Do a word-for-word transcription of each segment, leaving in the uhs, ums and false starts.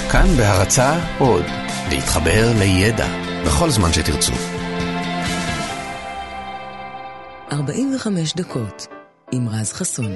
כאן בהרצאה עוד, להתחבר לידע בכל זמן שתרצו. ארבעים וחמש דקות עם רז חסון.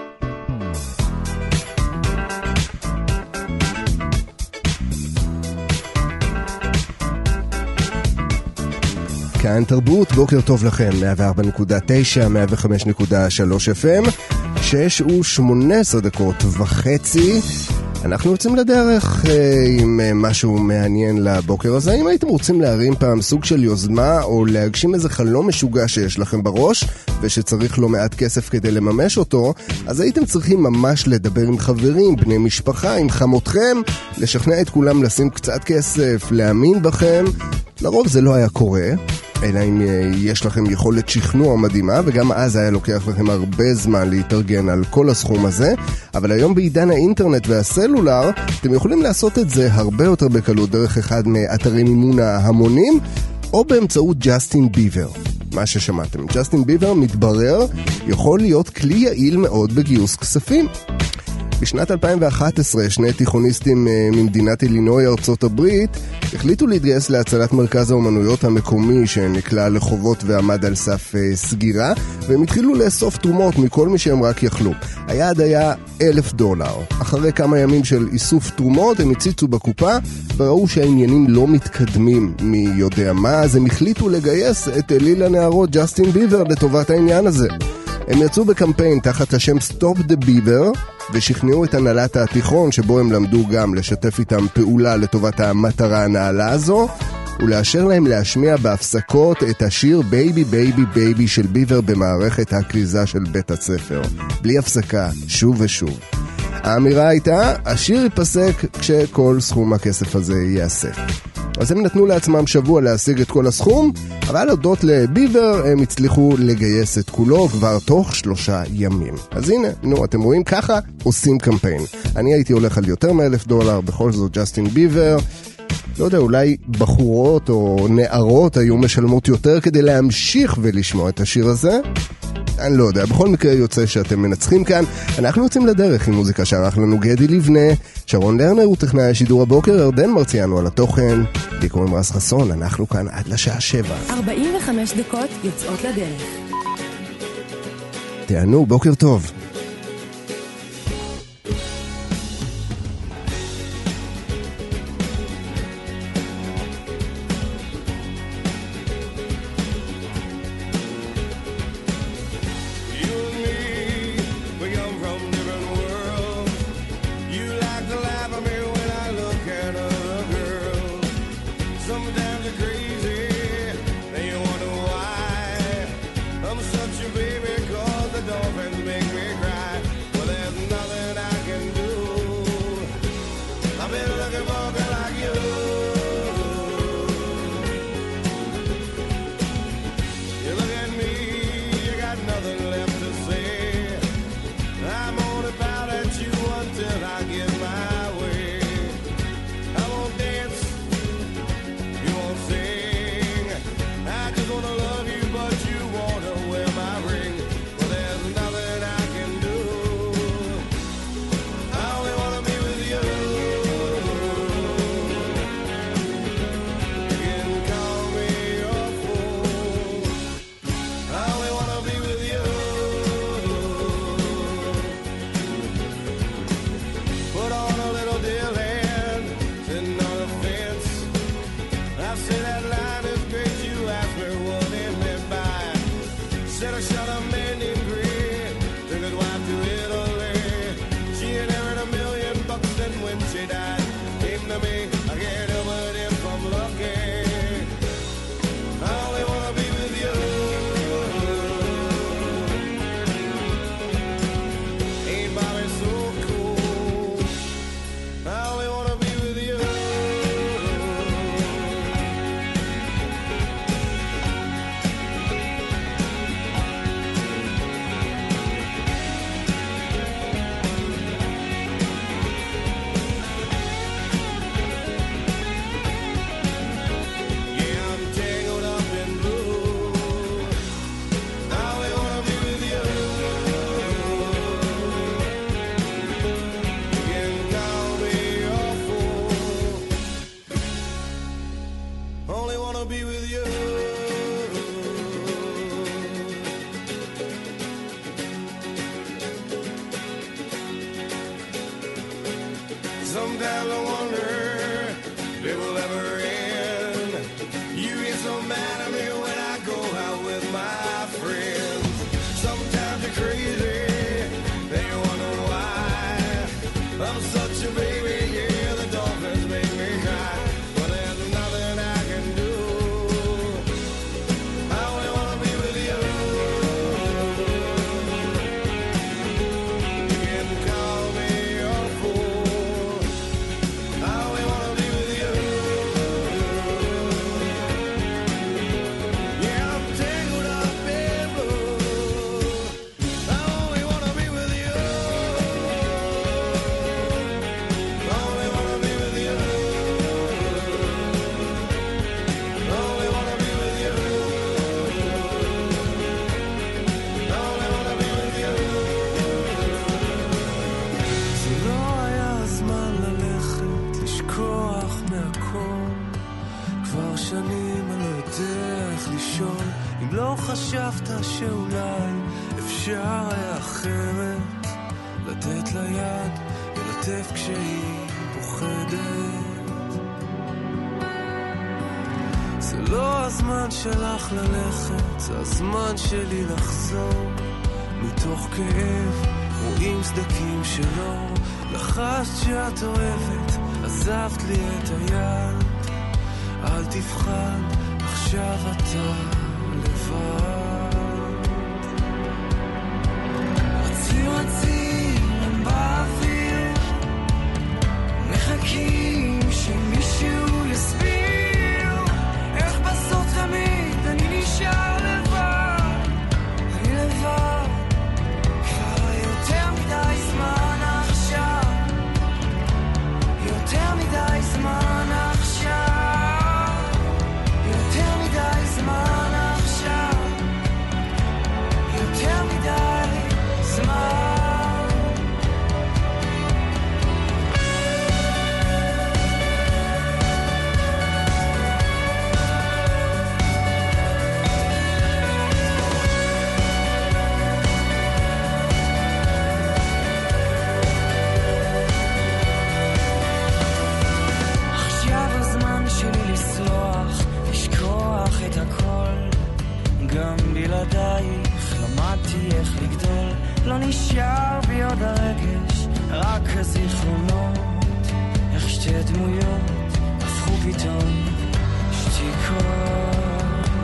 כאן תרבות, בוקר טוב לכם, מאה וארבע נקודה תשע, מאה וחמש נקודה שלוש אף אם, שש ושמונה עשרה דקות וחצי. אנחנו יוצאים לדרך אה, עם אה, משהו מעניין לבוקר הזה. אם הייתם רוצים להרים פעם סוג של יוזמה או להגשים איזה חלום משוגע שיש לכם בראש ושצריך לא מעט כסף כדי לממש אותו, אז הייתם צריכים ממש לדבר עם חברים, בני משפחה, עם חמותכם, לשכנע את כולם לשים קצת כסף, להאמין בכם. לרוב זה לא היה קורה, אלא אם יש לכם יכולת שכנוע מדהימה, וגם אז היה לוקח לכם הרבה זמן להתארגן על כל הסכום הזה. אבל היום בעידן האינטרנט והסלולר, אתם יכולים לעשות את זה הרבה יותר בקלות דרך אחד מאתרי מימון ההמונים, או באמצעות ג'סטין ביבר. מה ששמעתם, ג'סטין ביבר מתברר יכול להיות כלי יעיל מאוד בגיוס כספים. בשנת אלפיים ואחת עשרה שני תיכוניסטים ממדינת אילינוי ארצות הברית החליטו להתגייס להצלת מרכז האומנויות המקומי שנקלע לחובות ועמד על סף סגירה, והם התחילו לאסוף תרומות מכל מי שהם רק יכלו. היעד היה אלף דולר. אחרי כמה ימים של איסוף תרומות הם הציצו בקופה וראו שהעניינים לא מתקדמים מי יודע מה, אז הם החליטו לגייס את אליל הנערות ג'סטין ביבר לטובת העניין הזה. הם יצאו בקמפיין תחת השם Stop the Beaver ושכנעו את הנהלת התיכון שבו הם למדו גם לשתף איתם פעולה לטובת המטרה הנעלה הזו ולאשר להם להשמיע בהפסקות את השיר בייבי בייבי בייבי של ביבר במערכת הכריזה של בית הספר. בלי הפסקה, שוב ושוב. האמירה הייתה, השיר ייפסק כשכל סכום הכסף הזה ייאסף. אז הם נתנו לעצמם שבוע להשיג את כל הסכום, אבל הודות לביבר הם הצליחו לגייס את כולו כבר תוך שלושה ימים. אז הנה, נו, אתם רואים ככה, עושים קמפיין. אני הייתי הולך על יותר מאלף דולר, בכל זאת ג'סטין ביבר. לא יודע, אולי בחורות או נערות היו משלמות יותר כדי להמשיך ולשמוע את השיר הזה. אני לא יודע, בכל מקרה יוצא שאתם מנצחים כאן. אנחנו יוצאים לדרך עם מוזיקה שערך לנו גדי לבנה, שרון לרנר הוא טכנאי השידור הבוקר, ירדן מרציאנו על התוכן, לי קוראים רז חסון, אנחנו כאן עד לשעה שבע. ארבעים וחמש דקות יוצאות לדרך. תענו, בוקר טוב. Such a baby, cause the dolphins make me Sometimes I wonder if it will ever end. You get so mad at me when I go out with my friends. Sometimes you're crazy, then you wonder why. I'm such a baby, yeah, the dolphins make me cry. But there's nothing I can do. I only wanna be with you. You can call me a fool. I only wanna be with you. Yeah, I'm tangled up in blue. I only wanna be with you. I only wanna be with you. I only wanna be with you. I only wanna be with you. זה לא היה הזמן ללכת, לשכוח מהכל. כבר שנים אני לא יודע איך לישון. אם לא חשבת שאולי אפשר היה אחרת, לתת לה יד ולטף כשהיא פוחדת. זה לא הזמן שלך ללכת, זה הזמן שלי לחזור. מתוך כאב רואים סדקים שלא לחשת שאת אוהבת, עזבת לי את היד. אל תבחן, עכשיו אתה לבד. רצים רצים הם באוויר, מחכים שמישהו יסביר איך בסוף תמיד אני נשאר לבד. אני לבד כבר יותר מדי זמן עכשיו, יותר מדי זמן עכשיו, יותר מדי זמן עכשיו, יותר מדי זמן. עכשיו הזמן שלי לסלוח, לשכוח את הכל. גם בלעדייך למדתי איך לגדול. לא נשאר בי עוד הרגש, רק הזיכרונות. איך שתי דמויות הפכו פתאום שתיקות.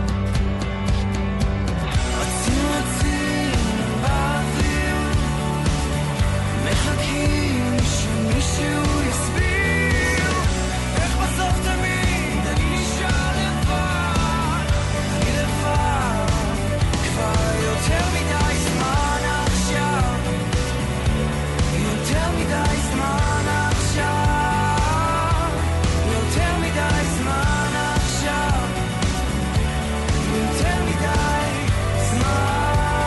רצים רצים באוויר, מחכים שמישהו יסביר איך בסוף תמיד אני נשאר לבד. אני לבד כבר יותר מדי זמן עכשיו, יותר מדי זמן עכשיו, יותר מדי זמן עכשיו, יותר מדי זמן.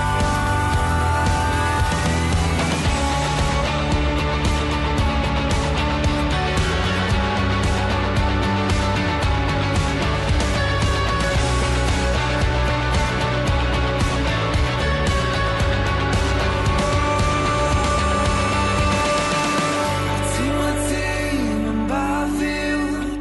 רצים רצים הם באוויר,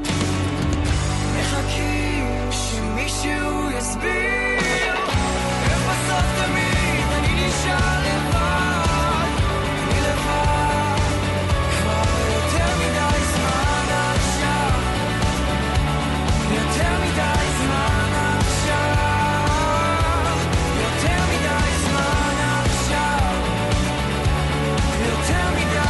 מחכים שמישהו יסביר איך בסוף תמיד אני נשאר לבד. אני לבד כבר יותר מדי זמן עכשיו, יותר מדי זמן עכשיו, יותר מדי זמן עכשיו, יותר מדי זמן.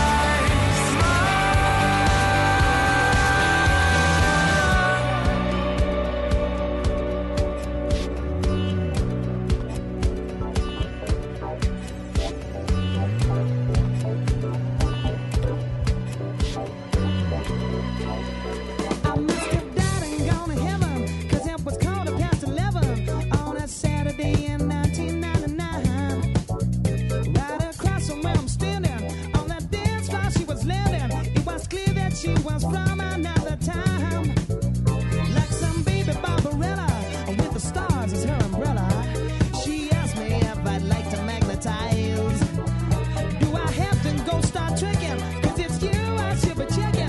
I must have died and gone to heaven, 'cause it was quarter past eleven on a Saturday in nineteen ninety-nine. Right across from where I'm standing, on that dance floor she was landing. It was clear that she was from another time. Like some baby Barbarella with the stars as her umbrella. She asked me if I'd like to magnetize. Do I have to go start tricking? 'Cause it's you I should be checking.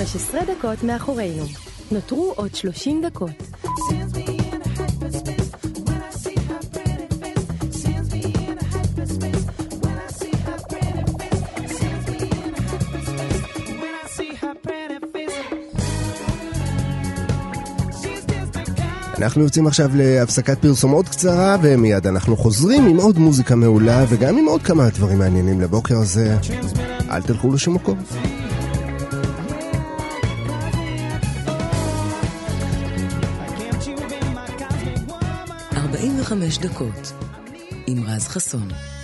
שש עשרה דקות מאחורינו. נותרו עוד שלושים דקות. Sends me in a hyperspace when I see her pretty face. Sends me in a hyperspace when I see her pretty face. Sends me in a hyperspace when I see her pretty face. She's just a kind. אנחנו יוצאים עכשיו להפסקת פרסומות קצרה, ומיד אנחנו חוזרים עם עוד מוזיקה מעולה, וגם עם עוד כמה דברים מעניינים לבוקר הזה. אל תלכו לשום מקום. ארבעים וחמש דקות עם רז חסון.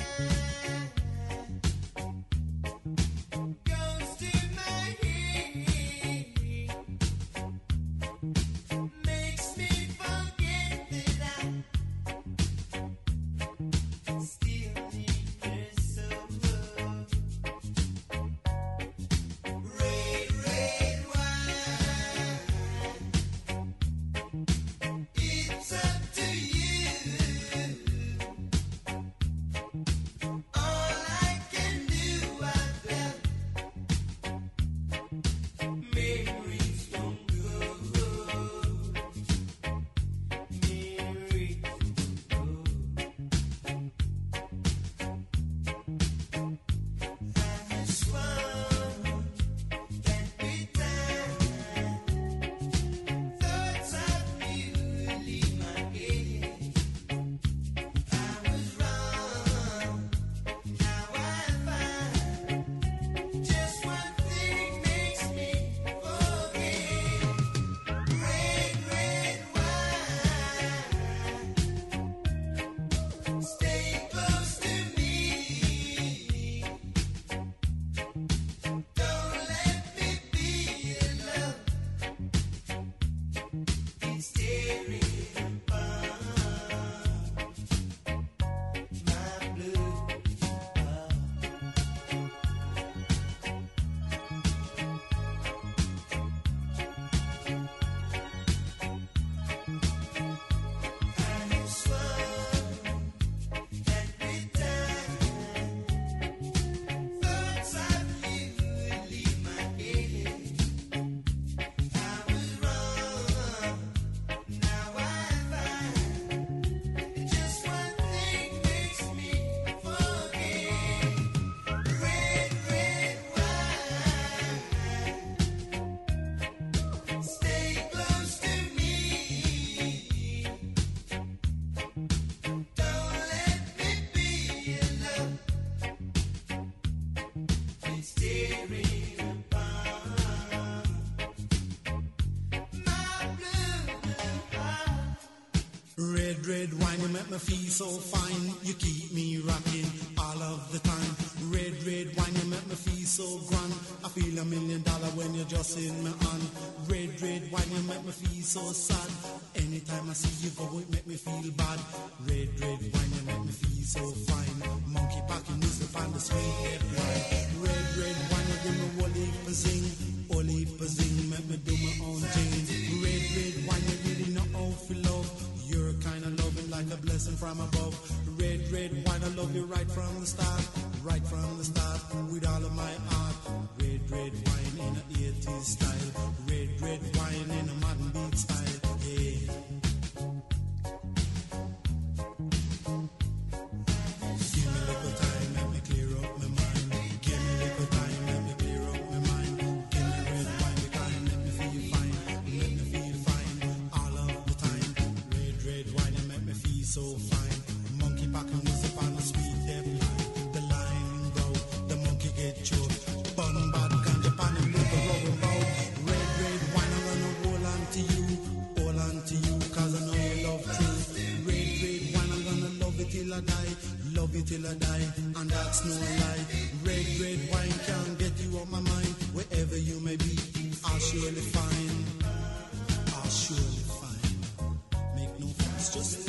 Red, red wine, you make me feel so fine. You keep me rocking all of the time. Red, red wine, you make me feel so grand. I feel a million dollar when you're just in my hand. Red, red wine, you make me feel so sad. Anytime I see you go, it make me feel bad. Red, red wine, you make me feel so fine. Monkey packing this upon the sweet headline. Red, red wine, you give me whole heap of zing. Whole heap of zing, make me do my own thing. Red, red wine, you really know how to love. You're kind of loving like a blessing from above. Red, red wine, I love you right from the start. Right from the start, with all of my heart. Red, red wine in a eighties style. Red, red wine in a modern beat style. Yeah. Give me a little time, let me clear up my mind. Give me a little time, let me clear up my mind. Give me red wine, the kind, let me feel fine. Let me feel fine all of the time. Red, red wine, you make me feel so fine. Monkey back and this upon the sweet dead line. The line go, the monkey get choked. Bun bad ganja pan and look a rubber bow. Red, red wine, I'm gonna hold on to you. Hold on to you, cause I know you love true. Red, red wine, I'm gonna love it till I die. Love you till I die, and that's no lie. Red, red wine can't get you off my mind. Wherever you may be, I'll surely find. I'll surely find. Make no fuss, just listen.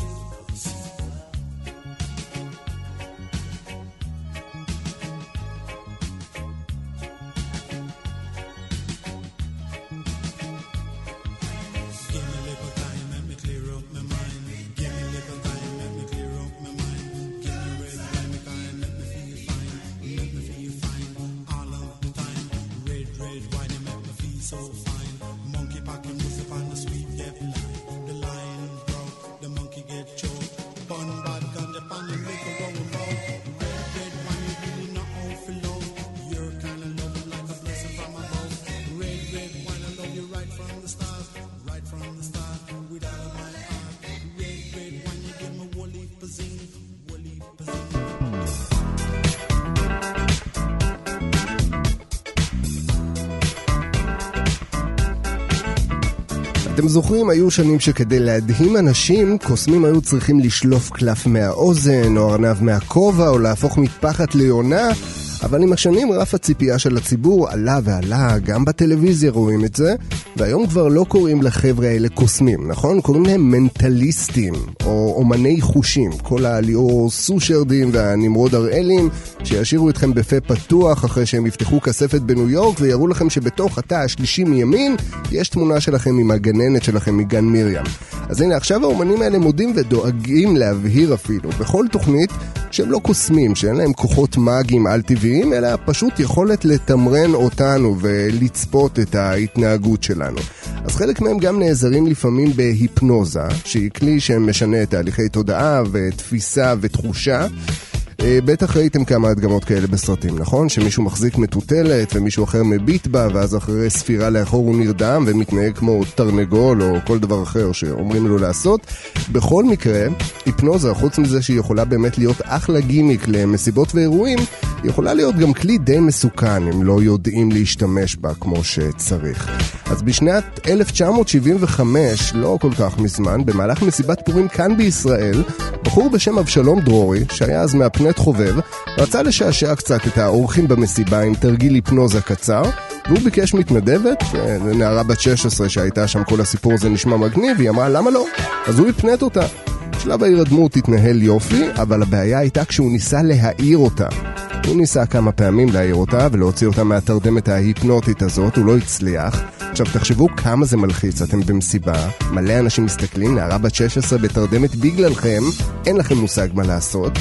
Give me a little time, let me clear up my mind. Give me a little time, let me clear up my mind. Give me red wine, the kind, let me feel fine. Let me feel fine all of the time. Red, red wine, you make me feel so right from the start, with all of my heart. Red, red wine, you give me woolly pazine, woolly pazine. אתם זוכרים, היו שנים שכדי להדהים אנשים, קוסמים היו צריכים לשלוף קלף מהאוזן, או ארנב מהכובע, או להפוך מטפחת ליונה, אבל עם השנים רף הציפייה של הציבור עלה ועלה, גם בטלוויזיה רואים את זה, והיום כבר לא קוראים לחבר'ה האלה קוסמים, נכון? קוראים להם מנטליסטים, או אומני חושים, כל הליאור סושרדים והנמרוד הראלים, שישאירו אתכם בפה פתוח אחרי שהם יפתחו כספת בניו יורק, ויראו לכם שבתוך התא השלישי מימין, יש תמונה שלכם עם הגננת שלכם מגן מרים. אז הנה, עכשיו האומנים האלה מודים ודואגים להבהיר אפילו, בכל תוכנית, שהם לא קוסמים, שאין להם כוחות מאגיים על טבעיים, אלא פשוט יכולת לתמרן אותנו ולצפות את ההתנהגות שלנו. אז חלק מהם גם נעזרים לפעמים בהיפנוזה, שהיא כלי שמשנה את תהליכי תודעה ותפיסה ותחושה. בטח ראיתם כמה הדגמות כאלה בסרטים, נכון? שמישהו מחזיק מטוטלת ומישהו אחר מביט בה, ואז אחרי ספירה לאחור הוא נרדם ומתנהג כמו תרנגול או כל דבר אחר שאומרים לו לעשות. בכל מקרה, היפנוזה, חוץ מזה שהיא יכולה באמת להיות אחלה גימיק למסיבות ואירועים, היא יכולה להיות גם כלי די מסוכן אם לא יודעים להשתמש בה כמו שצריך. אז בשנת אלף תשע מאות שבעים וחמש, לא כל כך מזמן, במהלך מסיבת פורים כאן בישראל, בחור בשם אבשלום דרורי, שהיה אז מהפנט חובב, רצה לשעשע קצת את האורחים במסיבה עם תרגיל היפנוזה קצר, והוא ביקש מתנדבת, נערה בת שש עשרה שהייתה שם, כל הסיפור הזה נשמע מגניב, היא אמרה למה לא? אז הוא הפנט אותה. שלב ההירדמות התנהל יופי, אבל הבעיה הייתה כשהוא ניסה להעיר אותה. הוא ניסה כמה פעמים להעיר אותה ולהוציא אותה מהתרדמת ההיפנוטית הזאת, הוא לא הצליח. עכשיו תחשבו כמה זה מלחיץ, אתם במסיבה, מלא אנשים מסתכלים, נערה בת שש עשרה בתרדמת בגללכם, אין לכם מושג מה לעשות.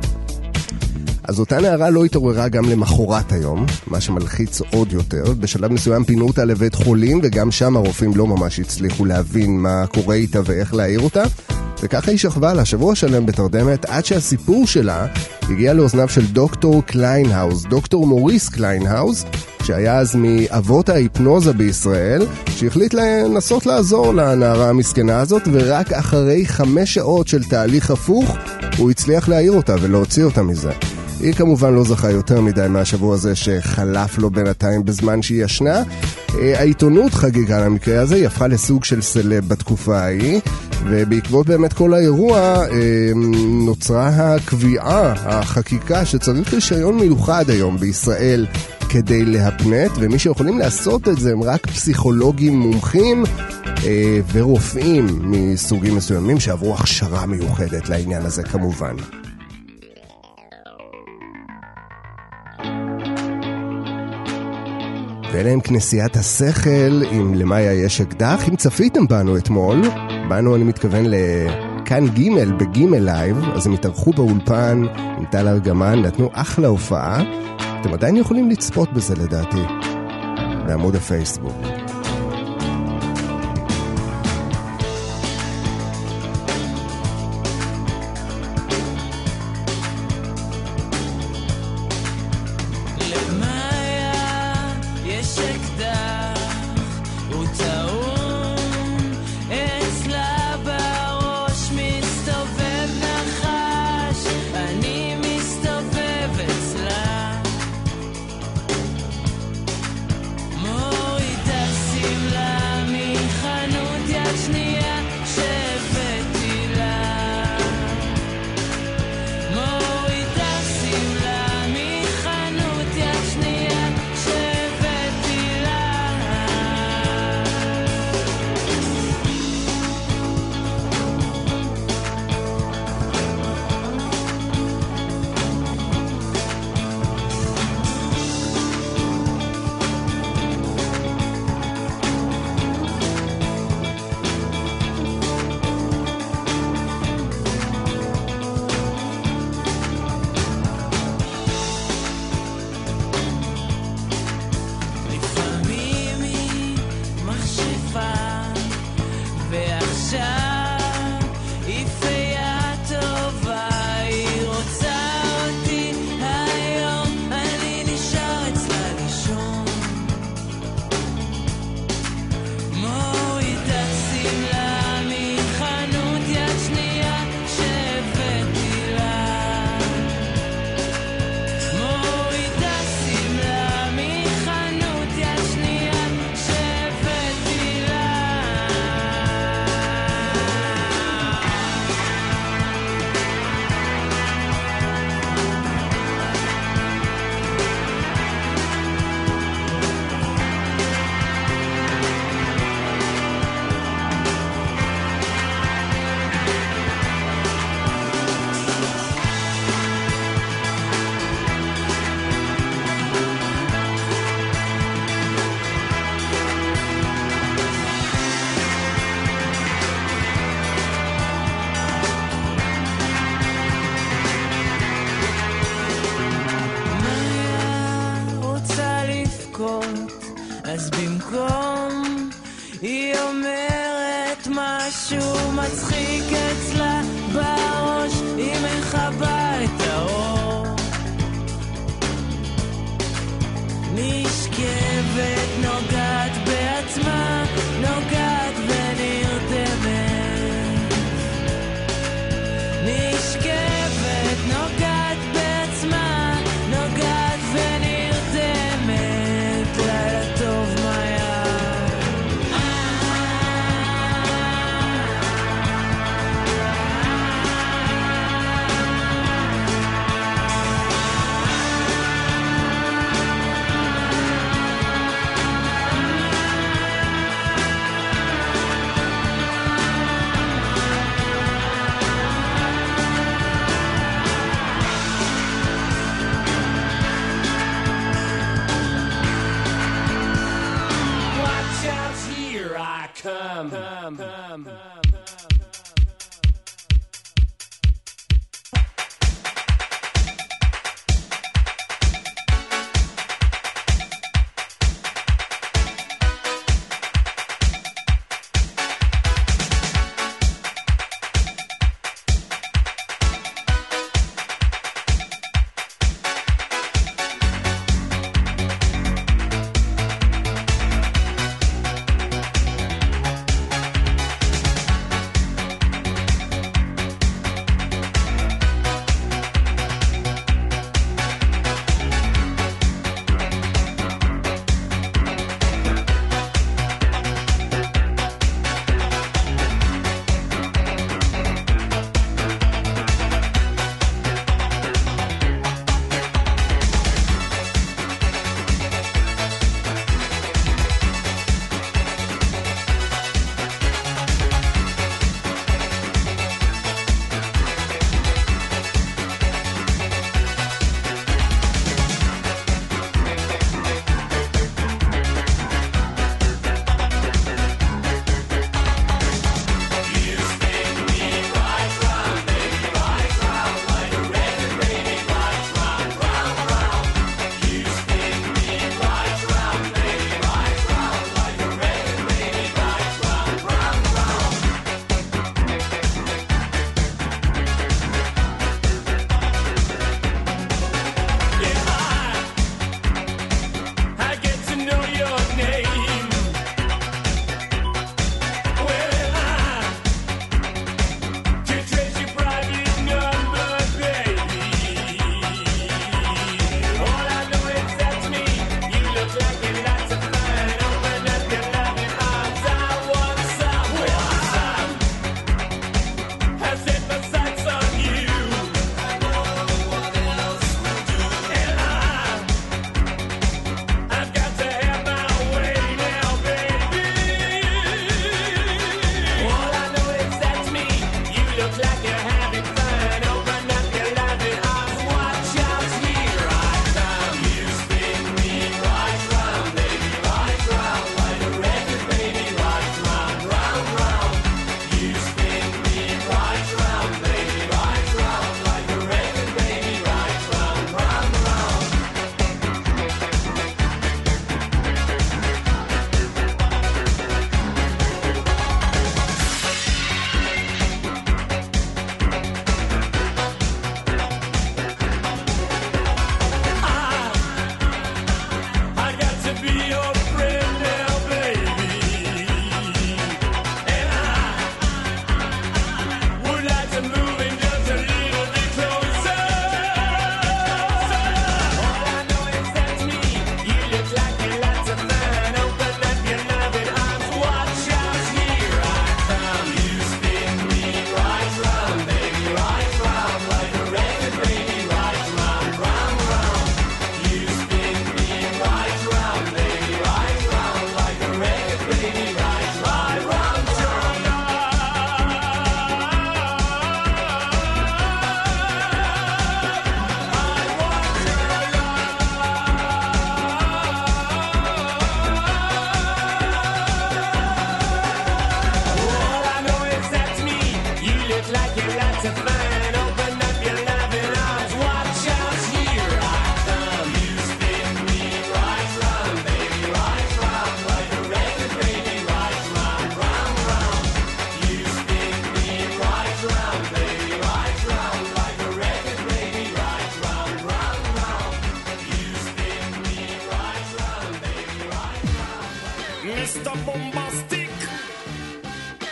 אז אותה נערה לא התעוררה גם למחרת היום, מה שמלחיץ עוד יותר. בשלב מסוים פינו אותה לבית חולים, וגם שם הרופאים לא ממש הצליחו להבין מה קורה איתה ואיך להעיר אותה. וככה היא שכבה לה שבוע שלם בתרדמת, עד שהסיפור שלה הגיע לאוזניו של דוקטור קליינהאוז, דוקטור מוריס קליינהאוז, שהיה אז מאבות ההיפנוזה בישראל, שהחליט לנסות לעזור לנערה המסכנה הזאת, ורק אחרי חמש שעות של תהליך הפוך, הוא הצליח להעיר אותה ולהוציא אותה מזה. היא כמובן לא זכה יותר מדי מהשבוע הזה שחלף לו בינתיים בזמן שהיא ישנה. העיתונות חגיגה למקרה הזה, היא הפכה לסוג של סלב בתקופה ההיא, ובעקבות באמת כל האירוע נוצרה הקביעה, החקיקה שצריך רישיון מיוחד היום בישראל כדי להפנט, ומי שיכולים לעשות את זה הם רק פסיכולוגים מומחים ורופאים מסוגים מסוימים שעברו הכשרה מיוחדת לעניין הזה כמובן. ואלה הם כנסיית השכל, עם למאיה יש אקדח. אם צפיתם בנו אתמול, בנו אני מתכוון לכאן ג' בג' לייב, אז הם התארחו באולפן עם טל ארגמן, נתנו אחלה הופעה. אתם עדיין יכולים לצפות בזה לדעתי, בעמוד הפייסבוק. More יודעת משהו מצחיק אצלה בראש, היא מחבה את האור, נשכבת, נוגעת בעצמה, נוגעת ונרדמת, נשכבת, נוגעת בעצמה, נוגעת ונרדמת, לילה טוב מאיה. Come, come, come, come.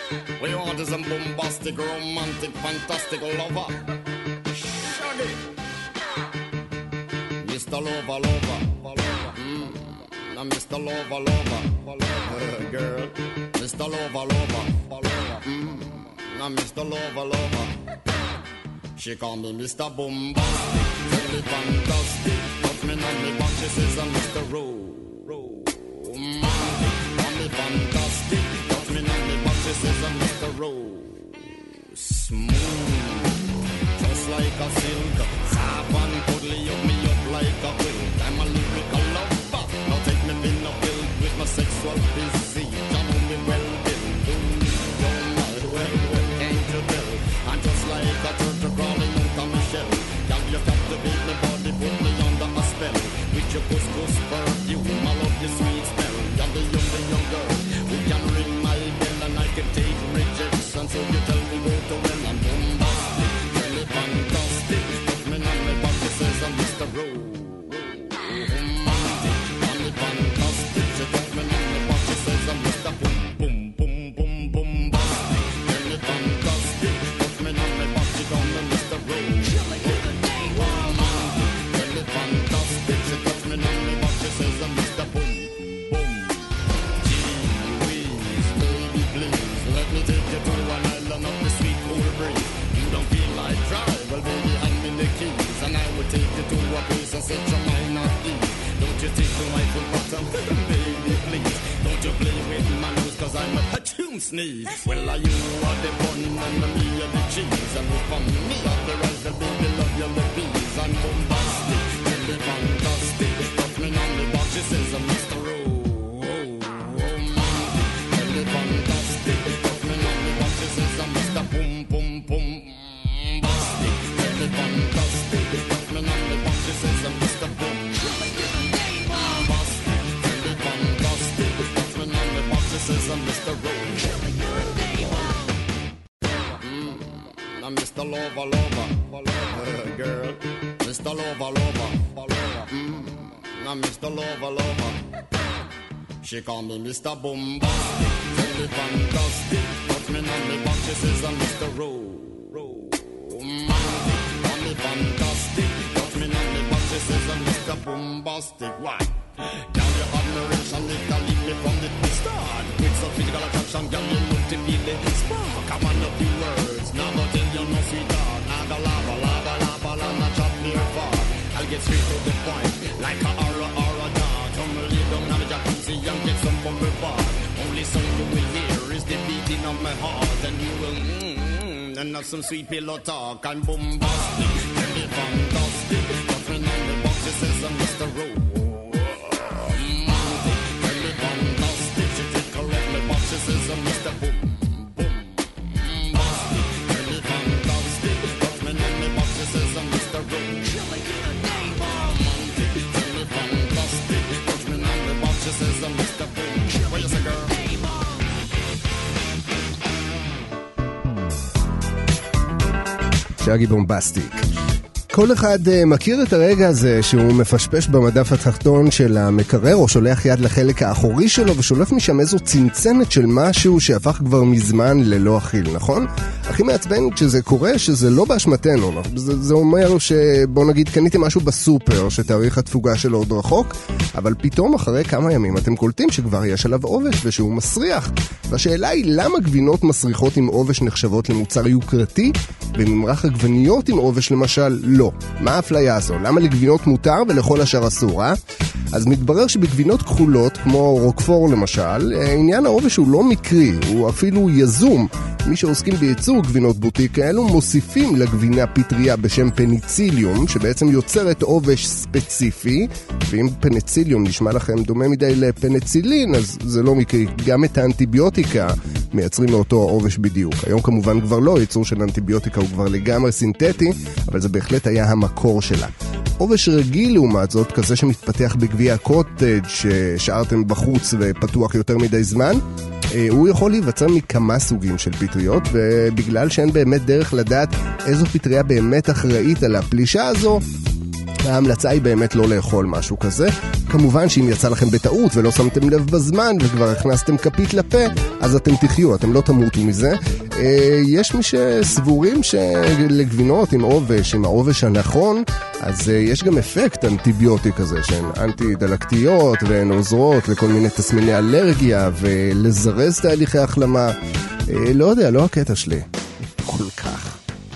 We want is a bombastic, romantic, fantastic lover. Shaggy. Mister Lover, lover. Mm. Now Mister Lover, lover. Uh, girl. Mister Lover, lover. Mm. Now Mister Lover, lover. She call me Mister Bombastic, tell me fantastic. Touch me on me back, she says I'm Mister Romantic. Call me fantastic, touch me on me back, she says I'm Mister Rose. Smooth, just like a silk. Soft and cuddly, up me up like a quilt. I'm a lyrical lover. Now take me in a pill with my sexual physique. You know me well, Bill. Don't mind, well, well, can't you tell? I'm just like a turtle crawling out of my shell. Girl, you captivate my body, put me under a spell. With your couscous perfume, I love your sweet smell. You're the young, the young girl who can ring my bell, and I can take rejection. So you tell me go to well, I'm bombastic, tell me fantastic. Put me on my back, it says I'm Mister Romantic. Tell me fantastic. She put me on my back, it says I'm Mister Boom, boom, boom, boom, bombastic. Tell me fantastic. Put me on my back, she call me Mister Romantic. Tell me fantastic. She touch me on my back, she says I'm Mister Boom, boom. Gee whiz, baby please, let me take you to an island of the sweet cool breeze. You don't feel like drive, well baby hand me the keys, and I will take you to a place and set your mind at ease. Don't you take the wife and bottom, baby please. Don't you play with my nose, cause I'm a patchoon sneeze. Well are you are the bun and me are the cheese, and from me are the rice, the baby love you the bees. I'm bombastic, tell me fantastic. Touch me on the box, she says I'm Mister Romantic. Tell me fantastic. Touch me on the box, she says I'm Mister Boom, boom, boom. Bastic. Tell me fantastic. Touch me on the box, she says I'm Mister Boom. Bastic. Tell me fantastic. Touch me on the box, she says I'm Mister Romantic. Mm. Now Mister Lover, lover. Uh, girl. Mister Lover, lover. Mm. Now Mister Lover, lover. She call me Mister Bombastic, tell me fantastic. Touch me on me back, she says I'm Mister Romantic. Call me fantastic. Touch me on me back, she says I'm Mister Bombastic. Why? Girl, your admiration, it can lead me from the start. With some physical attraction, girl, you look to feel the spark. I want a few words, now go tell you no sweetheart. I go lava, lava, lava, lava, chop near far. I'll get straight to the point, like a aura, aura dog. Come lay down on the jacuzzi and get some bumble bath. Only song you will hear is the beating of my heart, and you will mmm, and have some sweet pillow talk. I'm bombastic, tell me fantastic. Touch me on the box, it says I'm Mister Romantic. Tell me fantastic. She take a look my box, it says I'm Mister Boom, boom. Bastic, tell me fantastic. Touch me on the box, it says I'm Mister Romantic. Tell me fantastic. Touch me on the box, it says I'm Mister Boom. What you say, girl? שגי בומבסטיק. כל אחד מכיר את הרגע הזה שהוא מפשפש במדף התחתון של המקרר או שולח יד לחלק האחורי שלו ושולף משם איזו צנצנת של משהו שהפך כבר מזמן ללא אכיל, נכון? הכי מעצבן כשזה קורה שזה לא באשמתנו, לא? זה, זה אומר שבוא נגיד קניתי משהו בסופר שתאריך התפוגה שלו עוד רחוק, אבל פתאום אחרי כמה ימים אתם קולטים שכבר יש עליו עובש ושהוא מסריח. והשאלה היא למה גבינות מסריחות עם עובש נחשבות למוצר יוקרתי וממרח עגבניות עם עובש למשל לא. מה האפליה הזו? למה לגבינות מותר ולכל השאר אסור, אה? אז מתברר שבגבינות כחולות, כמו רוקפור למשל, עניין העובש הוא לא מקרי, הוא אפילו יזום. מי שעוסקים בייצור גבינות בוטיק כאלו מוסיפים לגבינה פטריה בשם פניציליום, שבעצם יוצרת עובש ספציפי, ואם פניציליום נשמע לכם דומה מדי לפניצילין, אז זה לא מקרי. גם את האנטיביוטיקה מייצרים מאותו עובש בדיוק. היום כמובן כבר לא, ייצור של אנטיביוטיקה הוא כבר לגמרי סינתטי, אבל זה בהחלט היה המקור שלה. עובש רגיל לעומת זאת, כזה שמתפתח בגביע הקוטג' ששארתם בחוץ ופתוח יותר מדי זמן, הוא יכול להיווצר מכמה סוגים של פטריות, ובגלל שאין באמת דרך לדעת איזו פטריה באמת אחראית על הפלישה הזו, ההמלצה היא באמת לא לאכול משהו כזה. כמובן שאם יצא לכם בטעות ולא שמתם לב בזמן וכבר הכנסתם כפית לפה, אז אתם תחיו, אתם לא תמותו מזה. יש מי שסבורים שלגבינות עם עובש, עם העובש הנכון, אז יש גם אפקט אנטיביוטי כזה, שהן אנטי-דלקתיות והן עוזרות לכל מיני תסמיני אלרגיה ולזרז תהליכי החלמה. לא יודע, לא הקטע שלי. כל כך.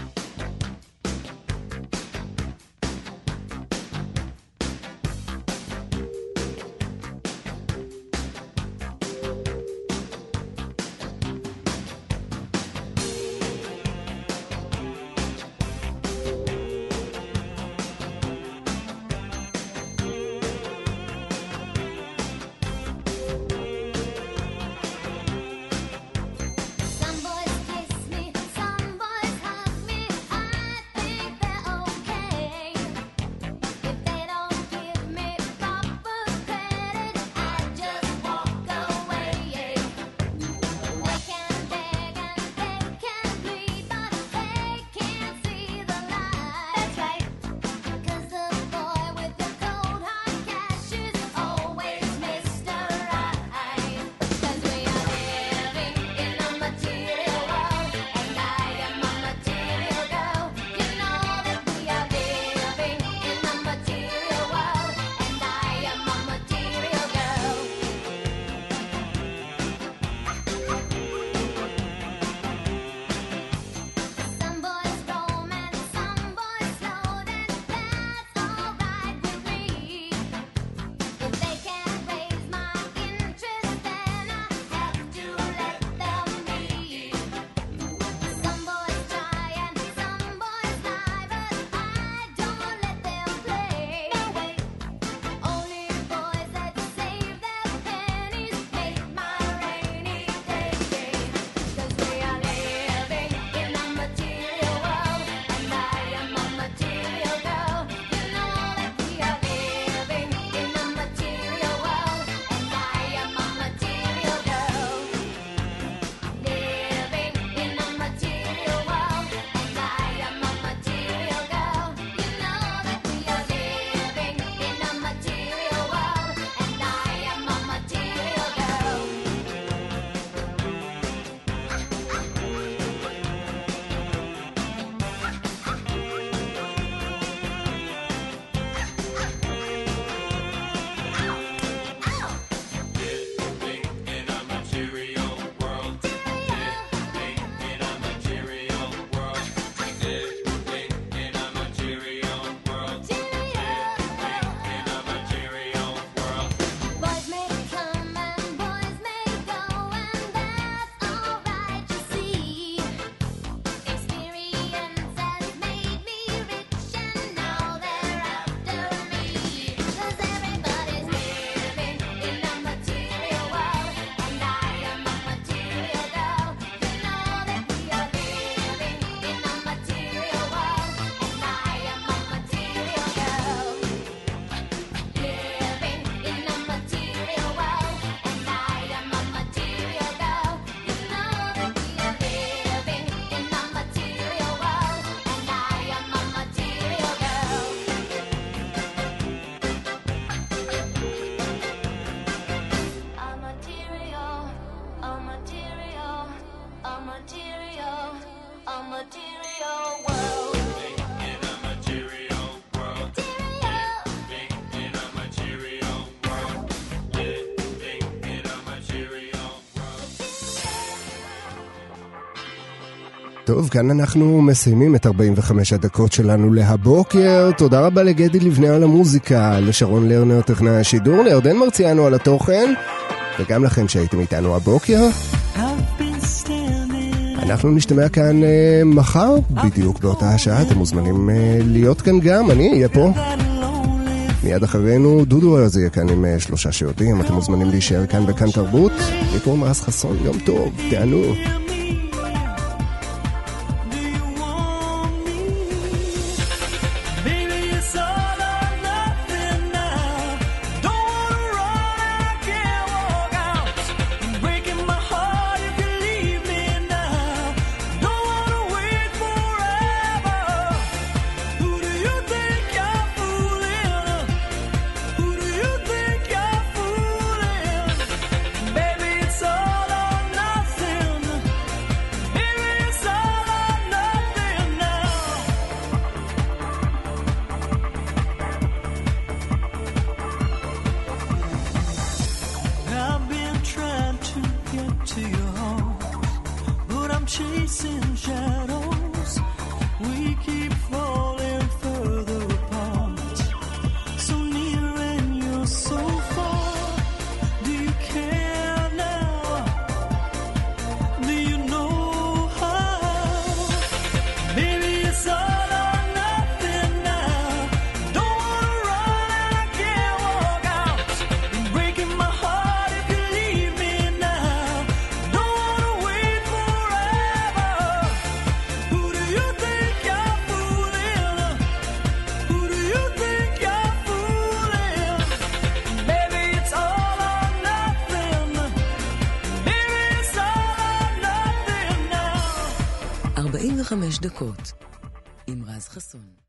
טוב, כאן אנחנו מסיימים את ארבעים וחמש הדקות שלנו להבוקר. תודה רבה לגדי לבנה על המוזיקה, לשרון לרנר טכנאי השידור, לירדן מרציאנו על התוכן, וגם לכם שהייתם איתנו הבוקר. אנחנו נשתמע כאן uh, מחר, בדיוק באותה השעה. אתם מוזמנים uh, להיות כאן גם, אני אהיה פה. מיד אחרינו דודו הזה יהיה כאן עם uh, שלושה שיודעים. אתם מוזמנים להישאר כאן בכאן תרבות. אני פה מאז חסון, יום טוב, תענו. Fooling I'm chasing shadows. We keep falling further apart. So near and you're so far. Do you care now? Do you know how? Baby, it's all or nothing now. Don't wanna run and I can't walk out. You're breaking my heart if you leave me now. Don't wanna wait forever. Who do you think you're fooling? Who do you think you're fooling? Baby, it's all or nothing. Baby, it's all or nothing now. ארבעים וחמש דקות עם רז חסון.